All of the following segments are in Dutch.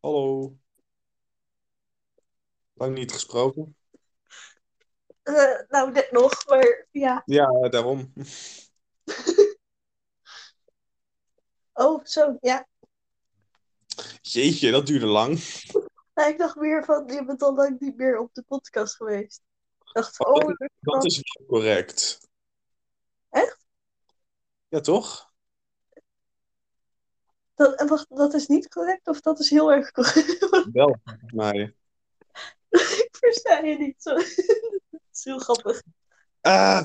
Hallo, lang niet gesproken. Nou, net nog, maar ja. Ja, daarom. Oh, zo, ja. Jeetje, dat duurde lang. Nou, ik dacht meer van, je bent al lang niet meer op de podcast geweest. Ik dacht van, Oh, oh, dat dat kan. is wel correct. Echt? Ja, toch? En wacht, dat is niet correct of dat is heel erg correct? Wel, volgens mij. Ik versta je niet zo. Dat is heel grappig. Ah,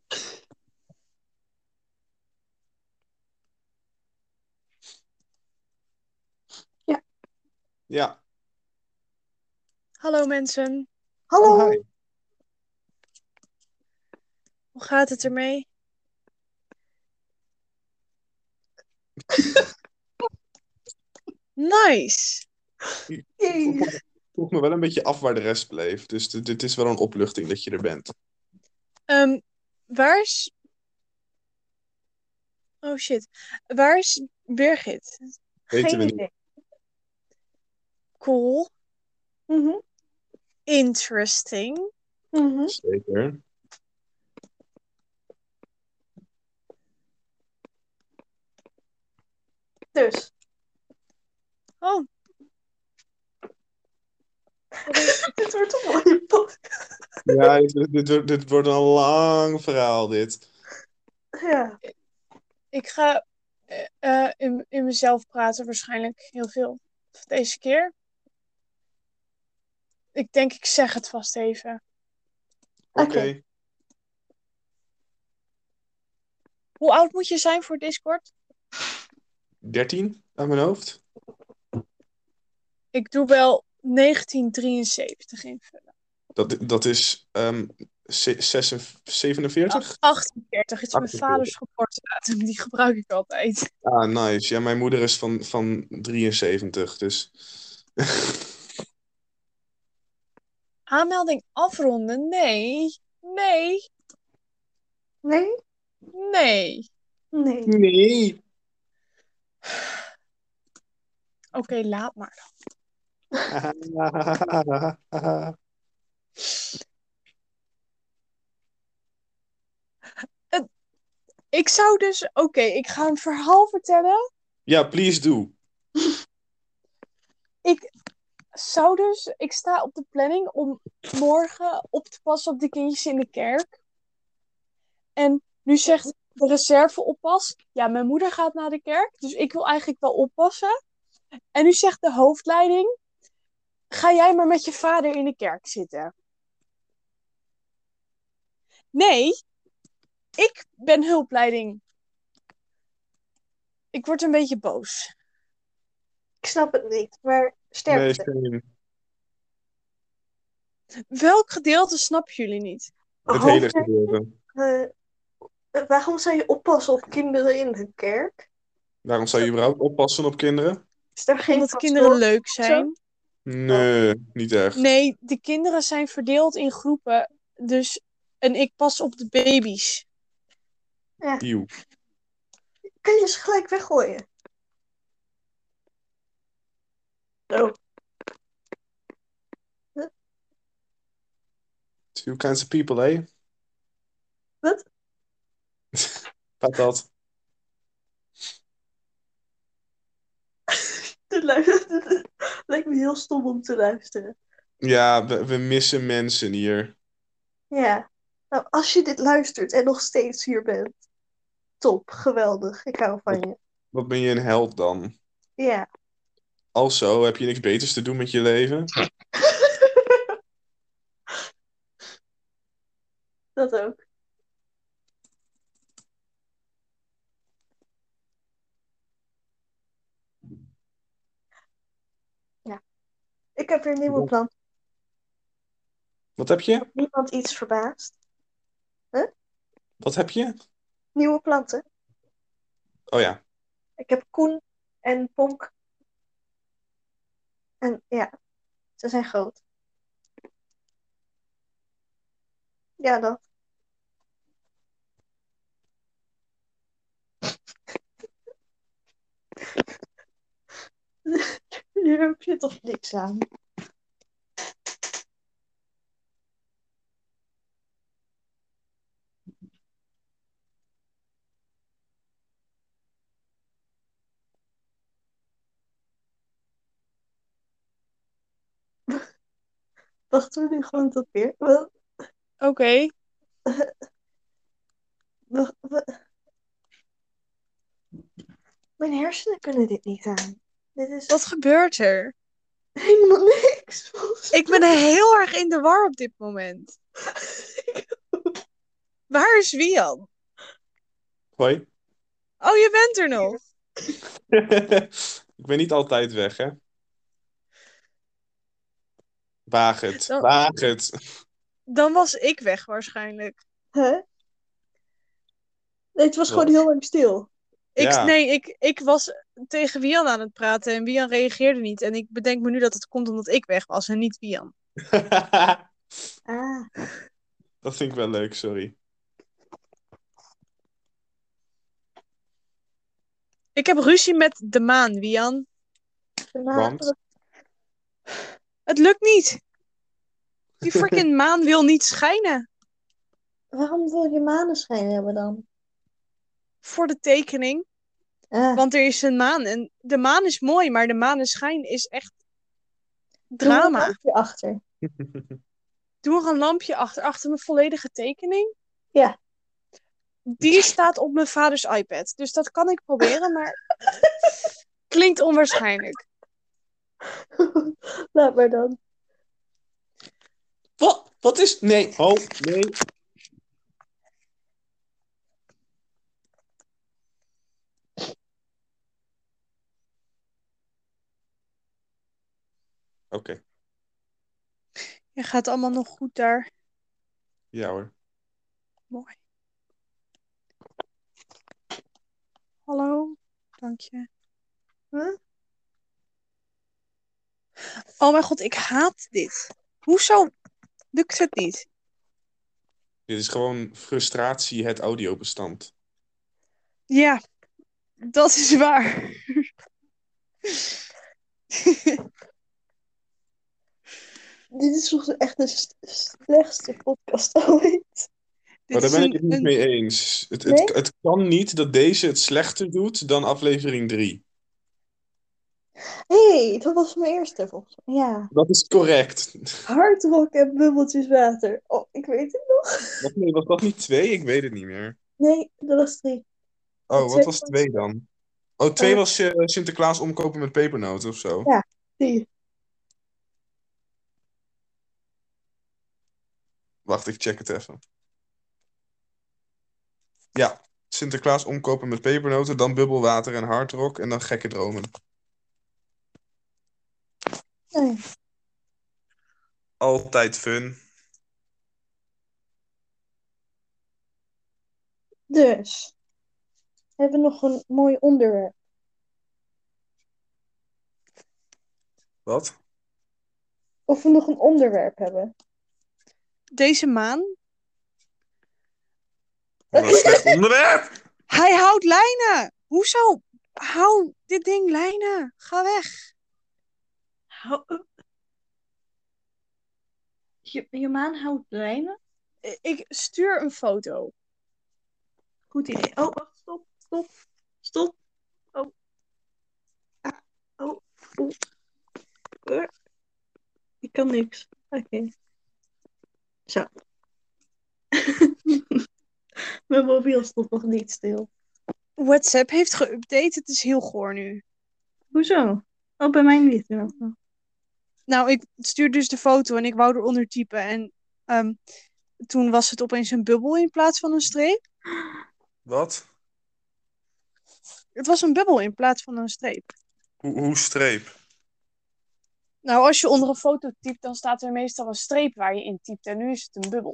Ja. ja. Hallo mensen, Oh, Hallo. hi. hoe gaat het ermee? Nice! Ik vroeg Jee. me, vroeg me wel een beetje af waar de rest bleef. Dus dit is wel een opluchting dat je er bent. Waar is... Oh shit. Waar is Birgit? Weten Geen we niet. idee. Cool. Mhm, Interesting. mhm. Zeker. Dus, Oh, sorry. dit wordt een mooie podcast. Ja, dit wordt een lang verhaal, dit. Ja, Ik ga in mezelf praten waarschijnlijk heel veel deze keer. Ik denk ik zeg het vast even. oké. Oké. Hoe oud moet je zijn voor Discord? 13 aan mijn hoofd. Ik doe wel 1973 invullen. Dat is 47? 48, het is mijn 48. vaders geboortedatum, die gebruik ik altijd. Ah, nice. Ja, mijn moeder is van 73, dus... Aanmelding afronden? Nee. Nee. Nee? Nee. Nee. Nee. Oké, laat maar. Het- Ik zou dus... Oké, ik ga een verhaal vertellen. Ja, please do. Ik zou dus... Ik sta op de planning om morgen op te passen op de kindjes in de kerk. En nu zegt de reserveoppas... Ja, mijn moeder gaat naar de kerk, dus ik wil eigenlijk wel oppassen. En nu zegt de hoofdleiding... Ga jij maar met je vader in de kerk zitten. Nee, ik ben hulpleiding. Ik word een beetje boos. Ik snap het niet, maar Nee, sterkte. same. Welk gedeelte snappen jullie niet? Het hele Hoofdleiding, gedeelte. waarom zou je oppassen op kinderen in de kerk? Waarom Is, zou je dat, überhaupt oppassen op kinderen? is er geen Omdat kinderen pastoor leuk of zo? zijn. Oh, Nee, niet echt. Nee, de kinderen zijn verdeeld in groepen. Dus, en ik pas op de baby's. ja. Eeuw. Kun je ze gelijk weggooien? Oh. Two kinds of people, eh? Wat? Patat. Het lijkt me heel stom om te luisteren. Ja, we missen mensen hier. Ja. Nou, als je dit luistert en nog steeds hier bent, top, geweldig. Ik hou van Wat, je. wat ben je een held dan? Ja. Also, heb je niks beters te doen met je leven? Dat ook. Ja. Ik heb weer een nieuwe plan. Wat heb je? Had niemand iets verbaasd? Huh? Wat heb je? Nieuwe planten. Oh ja. Ik heb Koen en Ponk. En ja, ze zijn groot. Ja, dat. Hier heb je toch niks aan. Wachten we nu gewoon tot weer. Oké. Mijn hersenen kunnen dit niet aan. Dit is Wat gebeurt er? helemaal niks. Ik ben heel erg in de war op dit moment. Waar is Wian? Hoi. Oh, je bent er nog. Ik ben niet altijd weg, hè? Waag het. Dan- Waag het. Dan was ik weg waarschijnlijk. Hè? Nee, het was gewoon Wat? heel lang stil. Ja. Ik was tegen Wian aan het praten en Wian reageerde niet. En ik bedenk me nu dat het komt omdat ik weg was en niet Wian. Ah. Dat vind ik wel leuk, sorry. Ik heb ruzie met de maan, Wian. Want? Het lukt niet. Die freaking maan wil niet schijnen. Waarom wil je maneschijn hebben dan? Voor de tekening. Ah. Want er is een maan. En de maan is mooi, maar de maneschijn is echt Doe er een drama. lampje achter. Doe er een lampje achter mijn volledige tekening. Ja. Die staat op mijn vaders iPad. Dus dat kan ik proberen, maar klinkt onwaarschijnlijk. Laat maar dan. Wat? Wat is... Nee. Oh, nee. Oké. Je gaat allemaal nog goed daar. Ja hoor. Mooi. Hallo. Dank je. Huh? Oh mijn god, ik haat dit. Hoezo lukt het niet? Dit is gewoon frustratie, het audiobestand. Ja, dat is waar. Dit is toch echt de slechtste podcast ooit. Maar daar ben ik het niet mee eens. Nee? Het kan niet dat deze het slechter doet dan aflevering 3. Hé, dat was mijn eerste volgens mij. Ja. Dat is correct. Hardrock en bubbeltjes water. Oh, ik weet het nog. Nee, was dat niet 2? Ik weet het niet meer. Nee, dat was 3. Oh, wat Twee was 2 dan? Oh, 2 was Sinterklaas omkopen met pepernoten of zo. Ja. 4. Wacht, ik check het even. Ja, Sinterklaas omkopen met pepernoten, dan bubbelwater en hardrock en dan gekke dromen. Oh, ja. Altijd fun. Dus. We hebben nog een mooi onderwerp. Wat? Of we nog een onderwerp hebben. Deze maan. Wat een slecht onderwerp! Hij houdt lijnen. Hoezo? Hou dit ding lijnen. Ga weg. Je maan houdt lijnen? Ik stuur een foto. Goed idee. Oh, wacht, stop. Oh. Ah, oh. Ik kan niks. Oké. Zo. Mijn mobiel stond nog niet stil. WhatsApp heeft geüpdate. Het is heel goor nu. Hoezo? Oh, bij mij niet. Nou, ik stuur dus de foto en ik wou eronder typen. En toen was het opeens een bubbel in plaats van een streep. Wat? Het was een bubbel in plaats van een streep. Hoe streep? Nou, als je onder een foto typt, dan staat er meestal een streep waar je in typt. En nu is het een bubbel.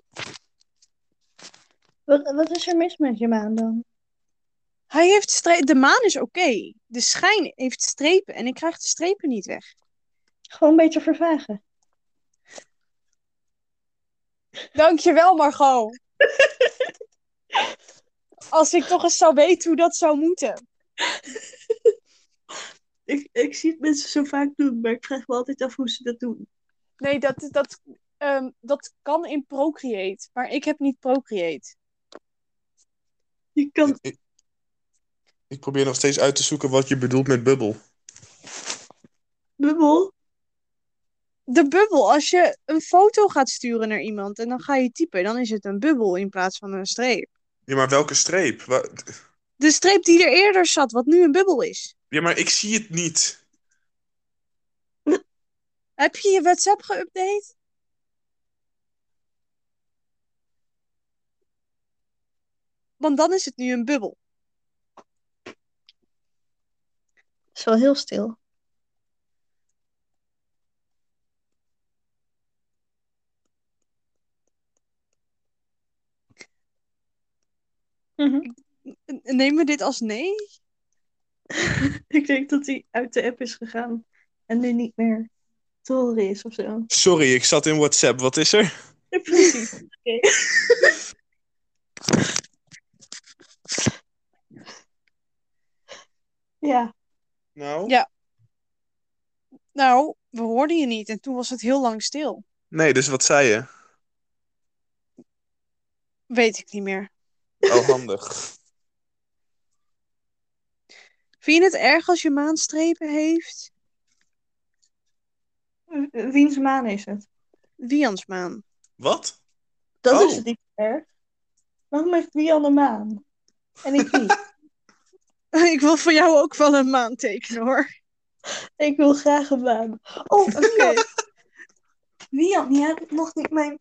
Wat is er mis met je maan dan? Hij heeft strepen. De maan is oké. De schijn heeft strepen en ik krijg de strepen niet weg. Gewoon een beetje vervagen. Dankjewel, Margot. Als ik toch eens zou weten hoe dat zou moeten. Ik zie het mensen zo vaak doen, maar ik vraag me altijd af hoe ze dat doen. Nee, dat kan in Procreate. Maar ik heb niet Procreate. Je kan... Ik probeer nog steeds uit te zoeken wat je bedoelt met bubbel. Bubbel? De bubbel, als je een foto gaat sturen naar iemand en dan ga je typen, dan is het een bubbel in plaats van een streep. Ja, maar welke streep? De streep die er eerder zat, wat nu een bubbel is. Ja, maar ik zie het niet. Heb je je WhatsApp geüpdate? Want dan is het nu een bubbel. Het is wel heel stil. Nemen we dit als nee? Ik denk dat hij uit de app is gegaan en nu niet meer te horen is of zo. Sorry, ik zat in WhatsApp. Wat is er? Ja, precies. Oké. Ja. Nou? Ja. Nou, we hoorden je niet en toen was het heel lang stil. Nee, dus wat zei je? Weet ik niet meer. Oh, handig. Vind je het erg als je maanstrepen heeft? Wiens maan is het? Wians maan. Wat? Dat Oh. is het niet erg. Waarom heeft Wian een maan? En ik niet. Ik wil voor jou ook wel een maan tekenen hoor. Ik wil graag een maan. Oh, Oké. Wian, die had nog niet mijn...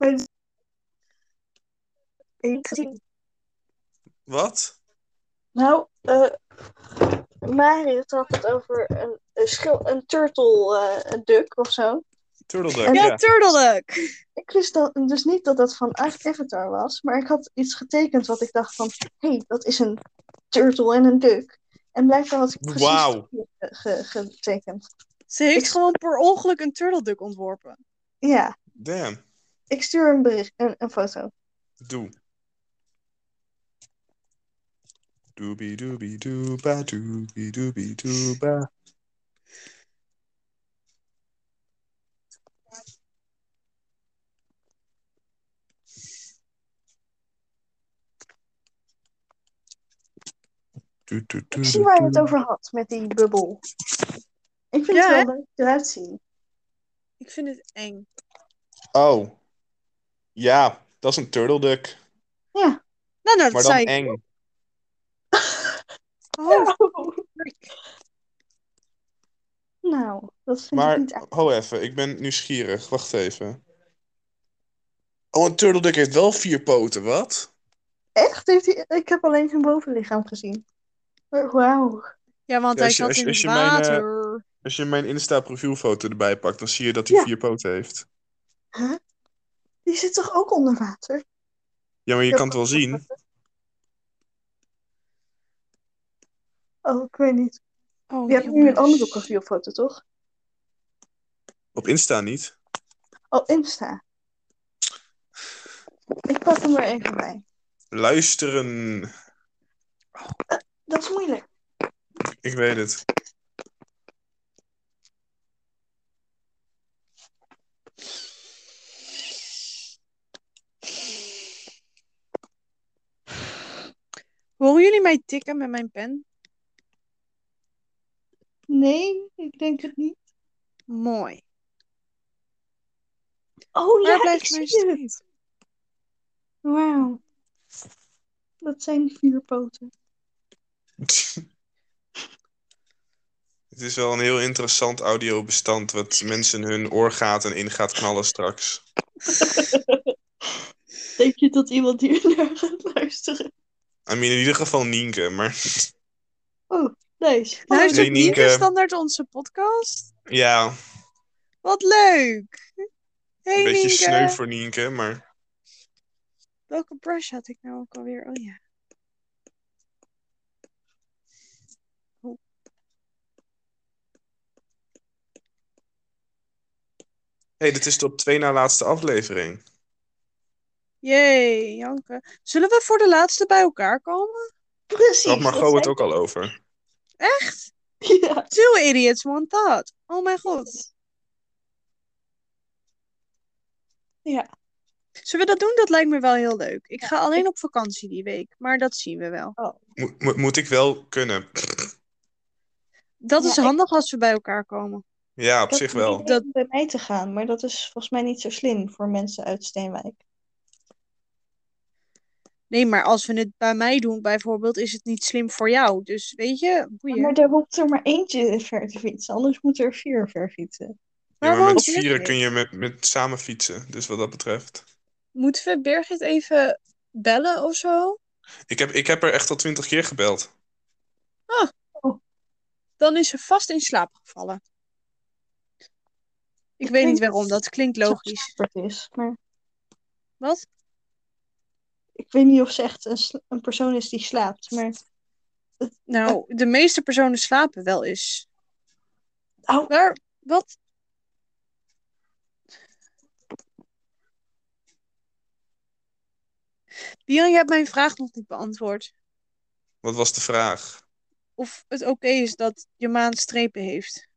Ik gezien. Wat? Nou, Marius had het over een turtle duck of zo. Turtle duck, En- Ja, ja. Turtle Duck. Ik wist dus niet dat dat van Avatar was, maar ik had iets getekend wat ik dacht van, hé, dat is een turtle en een duck. En blijkbaar had ik precies Wauw. getekend. Ze heeft Ik- gewoon per ongeluk een Turtle Duck ontworpen. Ja, Damn. ik stuur een bericht, een foto. Doe. Doobie doobie dooba doobie doobie dooba. Ik zie waar je het over had met die bubbel. Ik vind Ja, het wel leuk eruit zien. Ik vind het eng. Oh. Ja, dat is een turtle duck. Ja. Nou, dat Maar dan zei ik. eng. Oh, Nou, dat vind ik Maar, niet echt. ho even, ik ben nieuwsgierig. Wacht even. Oh, een turtle duck heeft wel 4 poten, wat? Echt? Ik heb alleen zijn bovenlichaam gezien. Wauw. ja, want Ja, hij als je- zat als je- in als het je mijn, water. Als je mijn Insta profielfoto erbij pakt, dan zie je dat hij Ja. 4 poten heeft. Huh? Die zit toch ook onder water? Ja, maar je Ja. kan het wel zien. Oh, ik weet niet. Oh, Je hebt nu een andere profielfoto, toch? Op Insta niet. Oh, Insta. Ik pak hem er even bij. Luisteren. Dat is moeilijk. Ik weet het. Horen jullie mij tikken met mijn pen? Nee, ik denk het niet. Mooi. Oh Waar ja, blijft ik mijn zie het. streep? Wauw. Dat zijn 4 poten. Het is wel een heel interessant audiobestand wat mensen hun oorgaten in gaat knallen straks. Denk je dat iemand hier naar gaat luisteren? I mean, in ieder geval Nienke, maar Oh, nice. Luistert Hey, Nienke Nienke. standaard onze podcast? ja, Wat leuk! Hey een beetje Nienke! sneu voor Nienke, maar Welke brush had ik nou ook alweer? Oh ja. hey, dit is de op 2 na laatste aflevering. Jee, Janke. Zullen we voor de laatste bij elkaar komen? Precies. Daar had dat Margot het zei ook al over. Echt? Ja. Two idiots, one thought. Oh mijn god. Ja. Zullen we dat doen? Dat lijkt me wel heel leuk. Ik ga alleen op vakantie die week, maar dat zien we wel. Moet ik wel kunnen. Dat Ja, is handig als we bij elkaar komen. Ja, op Ik had zich een wel. idee om bij mij te gaan, maar dat is volgens mij niet zo slim voor mensen uit Steenwijk. Nee, maar als we het bij mij doen bijvoorbeeld, is het niet slim voor jou. Dus weet je, Ja, boeien. maar er hoeft er maar eentje ver te fietsen, anders moeten er 4 ver fietsen. Ja, Waar maar met woont 4 Birgit? kun je met samen fietsen. Dus wat dat betreft. Moeten we Birgit even bellen of zo? Ik heb er echt al 20 keer gebeld. Dan is ze vast in slaap gevallen. Ik weet niet waarom, dat klinkt logisch. Het is, maar Wat? ik weet niet of ze echt een persoon is die slaapt, maar... Nou, de meeste personen slapen wel eens. Au. Waar? Wat? Dion, je hebt mijn vraag nog niet beantwoord. Wat was de vraag? Of het oké is dat je maan strepen heeft.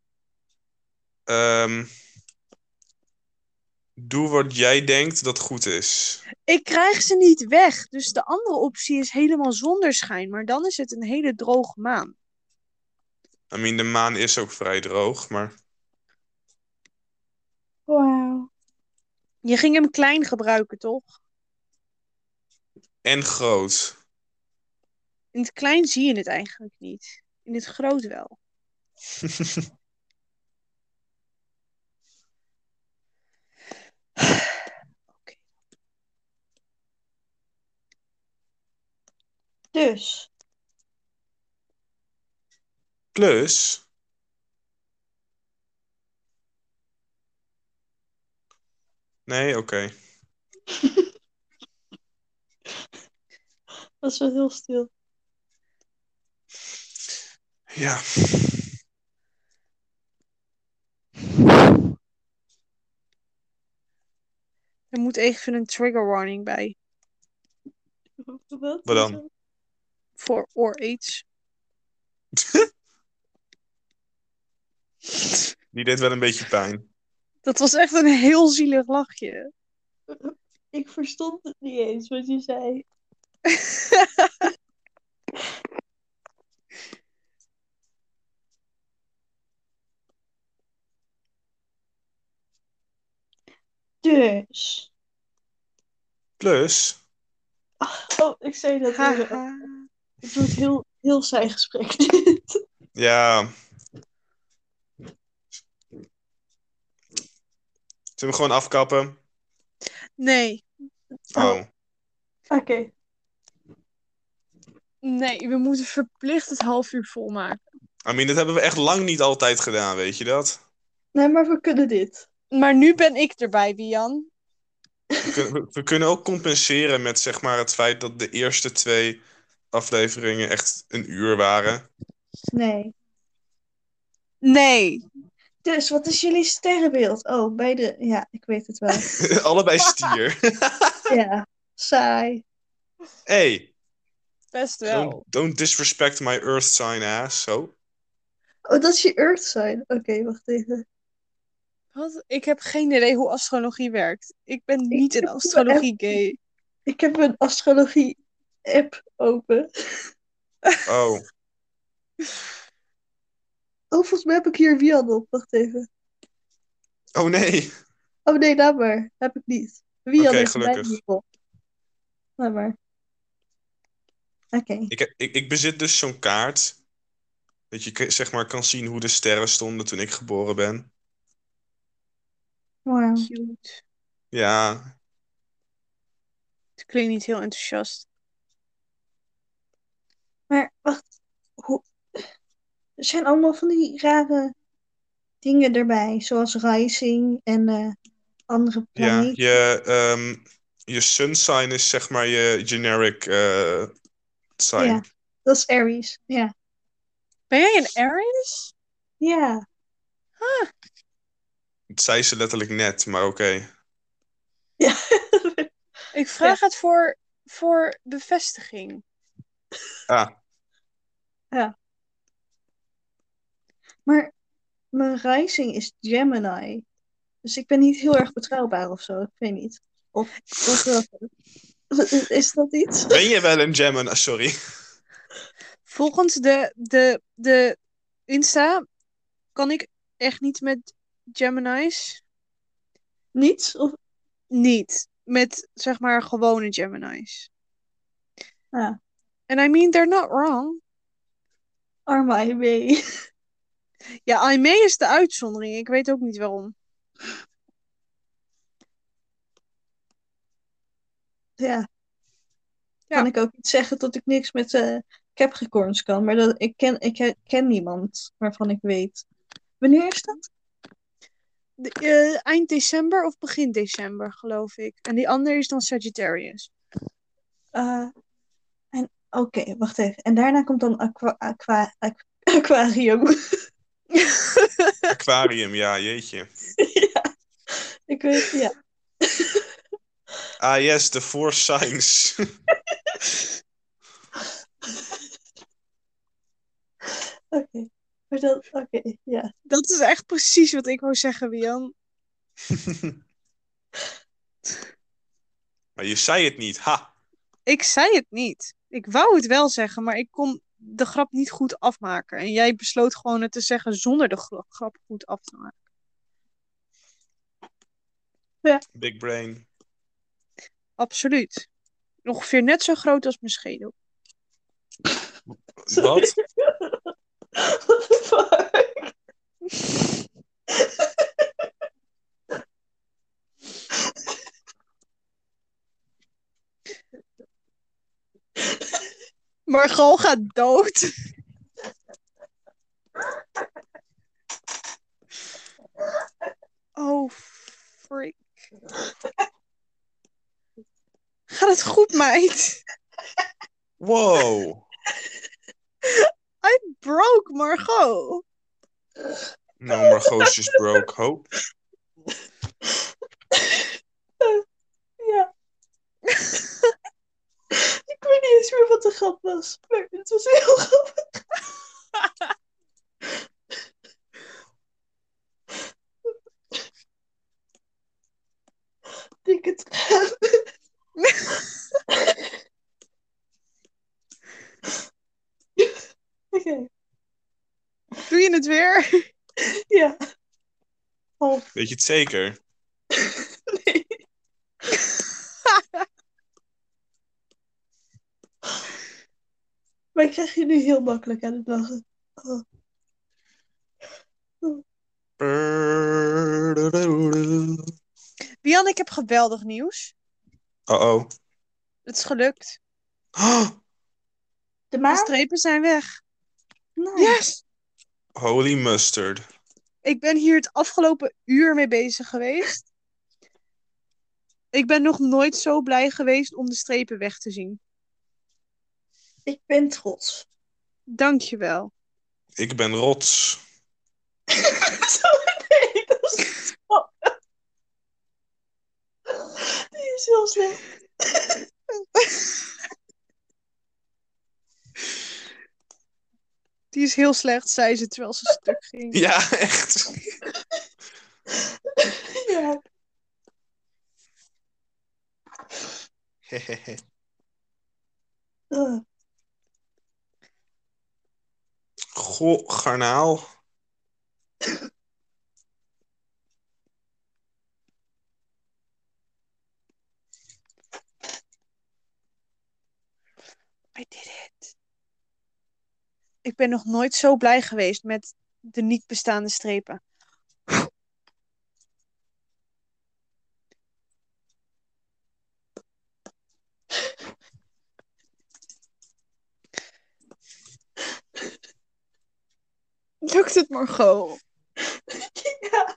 Doe wat jij denkt dat goed is. Ik krijg ze niet weg, dus de andere optie is helemaal zonder schijn. Maar dan is het een hele droge maan. I mean, de maan is ook vrij droog, maar... Wauw. Je ging hem klein gebruiken, toch? En groot. In het klein zie je het eigenlijk niet. In het groot wel. Oké. Dus, Plus... Nee, oké. dat is wel heel stil. Ja. Er moet even een trigger warning bij. Wat dan? Voor oor-aids. Die deed wel een beetje pijn. Dat was echt een heel zielig lachje. Ik verstond het niet eens wat je zei. Dus. Plus... Oh, ik zei dat eerder. Haha. Het wordt heel saai gesprek dit. Ja. Zullen we gewoon afkappen? Nee. Oh. Oké. Nee, we moeten verplicht het half uur volmaken. I mean, dat hebben we echt lang niet altijd gedaan, weet je dat? Nee, maar we kunnen dit. Maar nu ben ik erbij, Wian. We kunnen ook compenseren met zeg maar het feit dat de eerste 2 afleveringen echt een uur waren. Nee. Nee. Dus, wat is jullie sterrenbeeld? Oh, beide. Ja, ik weet het wel. Allebei stier. Ja, saai. Hey, Best wel. don't disrespect my earth sign ass. Zo. Oh, dat is je Earth sign. Oké, wacht even. Wat? Ik heb geen idee hoe astrologie werkt. Ik ben niet een heb astrologie-gay. Ik heb een astrologie-app open. Oh. Oh, volgens mij heb ik hier Wian op. Wacht even. Oh nee. Oh nee, laat maar. Heb ik niet. Wian Oké, heeft mij gelukkig. niet op. Laat maar. Oké. Ik bezit dus zo'n kaart. Dat je zeg maar kan zien hoe de sterren stonden toen ik geboren ben. Wauw. Cute. Ja. Het klinkt niet heel enthousiast. Maar wacht. Er zijn allemaal van die rare dingen erbij. Zoals Rising en andere Ja, planeten. je sun sign is zeg maar je generic sign. Ja, dat is Aries. Ja. Ben jij een Aries? Ja. Dat zei ze letterlijk net, maar oké. Ja. Ik vraag het voor bevestiging. Ah, Ja. Maar mijn rising is Gemini. Dus ik ben niet heel erg betrouwbaar of zo. Ik weet niet. Of wel. Is dat iets? Ben je wel een Gemini? Sorry. Volgens de Insta kan ik echt niet met Gemini's. Niets? Of... Niet. Met, zeg maar, gewone Gemini's. Ja, And I mean, they're not wrong. arme IB. Ja, Aimee is de uitzondering. Ik weet ook niet waarom. Ja. Ja. Kan ik ook niet zeggen dat ik niks met Capricorns kan. Maar ik ken niemand waarvan ik weet. Wanneer is dat? Eind december of begin december, geloof ik. En die andere is dan Sagittarius. Oké, wacht even. En daarna komt dan Aquarium. Aquarium, ja, jeetje. Ja, ik weet, ja. Ah yes, the four signs. Oké. Oké, ja. Dat is echt precies wat ik wou zeggen, Wian. Maar je zei het niet, ha. Ik zei het niet. Ik wou het wel zeggen, maar ik kon de grap niet goed afmaken. En jij besloot gewoon het te zeggen zonder de grap goed af te maken. Big brain. Absoluut. Ongeveer net zo groot als mijn schedel. Wat? What the fuck? Margot gaat dood. Oh, freak. Gaat het goed, meid? Wow. I broke Margot. No, Margot's just broke. Hope. Ja. Ik weet niet eens meer wat de grap was. Maar het was heel grappig. Dikke traan. Oké. Doe je het weer? Ja. Half. Weet je het zeker? Nee. Maar ik krijg je nu heel makkelijk aan het lachen. Oh. Wian, ik heb geweldig nieuws. Uh-oh. Het is gelukt. De De maan? strepen zijn weg. Nice. Yes! Holy mustard. Ik ben hier het afgelopen uur mee bezig geweest. Ik ben nog nooit zo blij geweest om de strepen weg te zien. Ik ben trots. Dankjewel. Ik ben rots. Nee, dat is niet zo. Die is heel slecht. Die is heel slecht, zei ze terwijl ze stuk ging. Ja, echt. Ja. Goh, garnaal. I did it. Ik ben nog nooit zo blij geweest met de niet bestaande strepen. Lukt het, Margot? Ja.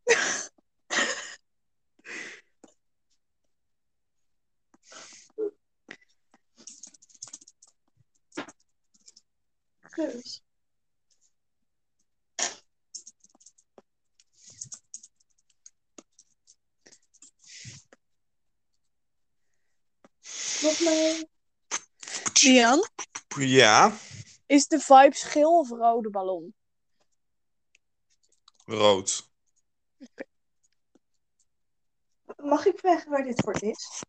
Dus. Nog maar. Lian, Ja. is de vibe geel of rode ballon? Rood. Mag ik vragen waar dit voor is?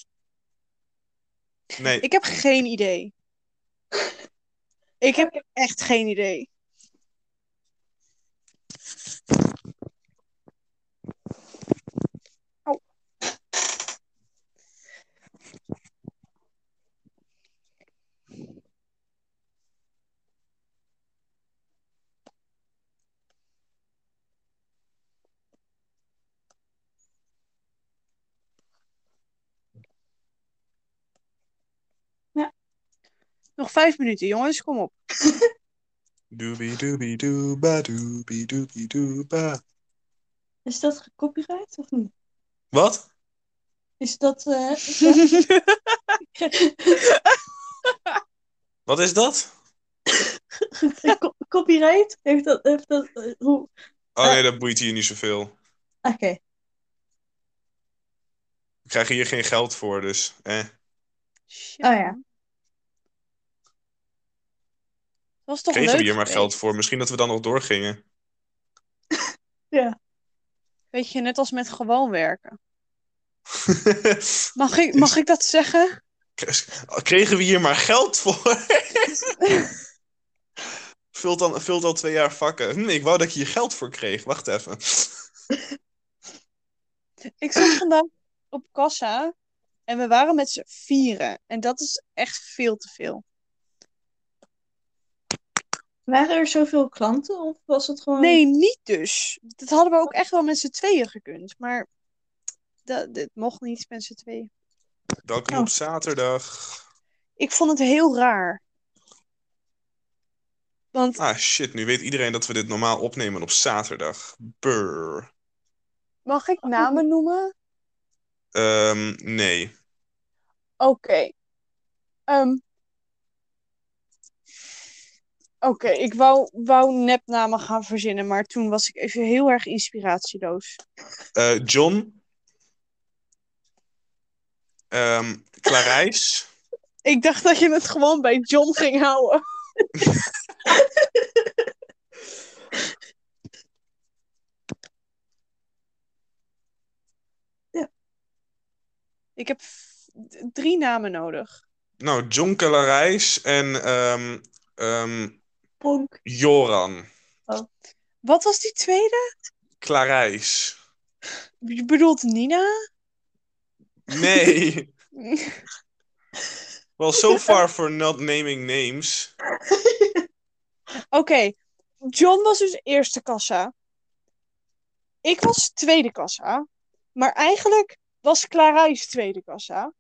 Nee. Ik heb geen idee. Ik heb echt geen idee. Oh. Ja. Nog 5 minuten, jongens. Kom op. Doobie doobie dooba doobie doobie dooba. Is dat gecopyright of niet? Wat? Is dat... Wat is dat? Copyright? Heeft dat hoe... Oh nee, dat boeit hier niet zoveel. Oké. We krijgen hier geen geld voor, dus. Shit, Oh ja. man. Dat was toch Kregen leuk we hier maar geweest? geld voor? Misschien dat we dan nog doorgingen. Ja. Weet je, net als met gewoon werken. Mag ik dat zeggen? Kregen we hier maar geld voor? Vult al 2 jaar vakken. Ik wou dat ik hier geld voor kreeg. Wacht even. Ik zat vandaag op kassa en we waren met z'n 4. En dat is echt veel te veel. Waren er zoveel klanten of was het gewoon... Nee, niet dus. Dat hadden we ook echt wel met z'n 2 gekund. Maar dit mocht niet met z'n 2. Welkom op zaterdag. Ik vond het heel raar. Want Ah shit, nu weet iedereen dat we dit normaal opnemen op zaterdag. Brr. mag ik namen noemen? Nee. Oké. Oké, ik wou nepnamen gaan verzinnen, maar toen was ik even heel erg inspiratieloos. John. Clarijs. Ik dacht dat je het gewoon bij John ging houden. Ja. Ik heb 3 namen nodig. Nou, John Clarijs en Ponk. Joran. Wat was die tweede? Clarijs. Je bedoelt Nina? Nee. Well, so far for not naming names. Oké, John was dus eerste kassa. Ik was tweede kassa. Maar eigenlijk was Clarijs tweede kassa.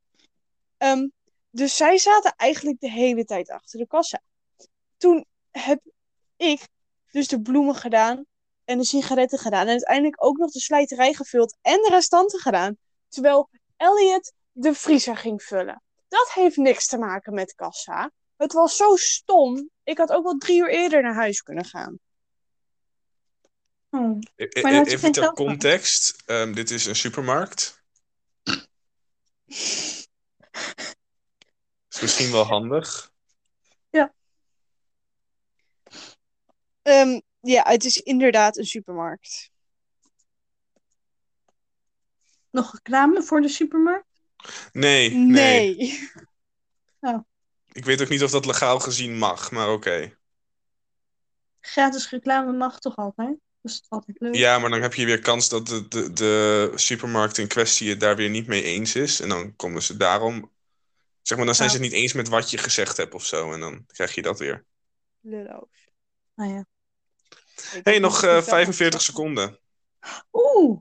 Dus zij zaten eigenlijk de hele tijd achter de kassa. Toen heb ik dus de bloemen gedaan en de sigaretten gedaan. En uiteindelijk ook nog de slijterij gevuld en de restanten gedaan. Terwijl Elliot de vriezer ging vullen. Dat heeft niks te maken met kassa. Het was zo stom. Ik had ook wel 3 uur eerder naar huis kunnen gaan. Oh. Maar dan had je Even geen ter geld gehad. context. Dit is een supermarkt. Is misschien wel handig. Ja, het is inderdaad een supermarkt. Nog reclame voor de supermarkt? Nee. Oh. Ik weet ook niet of dat legaal gezien mag, maar oké. Gratis reclame mag toch altijd? Dat is altijd leuk. Ja, maar dan heb je weer kans dat de supermarkt in kwestie het daar weer niet mee eens is. En dan komen ze daarom... Zeg maar, dan zijn ze het niet eens met wat je gezegd hebt of zo. En dan krijg je dat weer. Lulloos. Nou ja. Hey, nog 45 seconden. Oeh.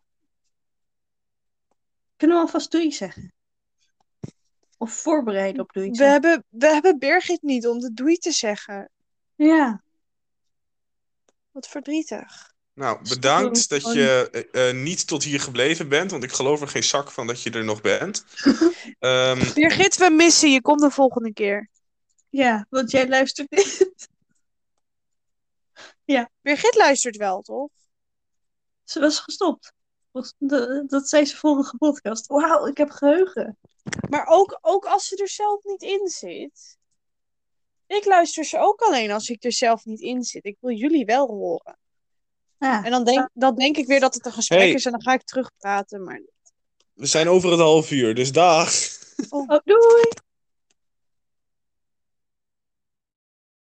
Kunnen we alvast doei zeggen? Of voorbereiden op doei We zeggen? hebben Birgit niet om de doei te zeggen. Ja. Wat verdrietig. Nou, Stop bedankt hem dat je niet tot hier gebleven bent. Want ik geloof er geen zak van dat je er nog bent. Birgit, we missen je. Kom de volgende keer. Ja, want jij luistert niet. Birgit luistert wel, toch? Ze was gestopt. Dat zei ze vorige podcast. Wauw, ik heb geheugen. Maar ook als ze er zelf niet in zit. Ik luister ze ook alleen als ik er zelf niet in zit. Ik wil jullie wel horen. Ah. En dan denk ik weer dat het een gesprek Hey. is en dan ga ik terugpraten. Maar We zijn over het half uur, dus dag. Oh, doei!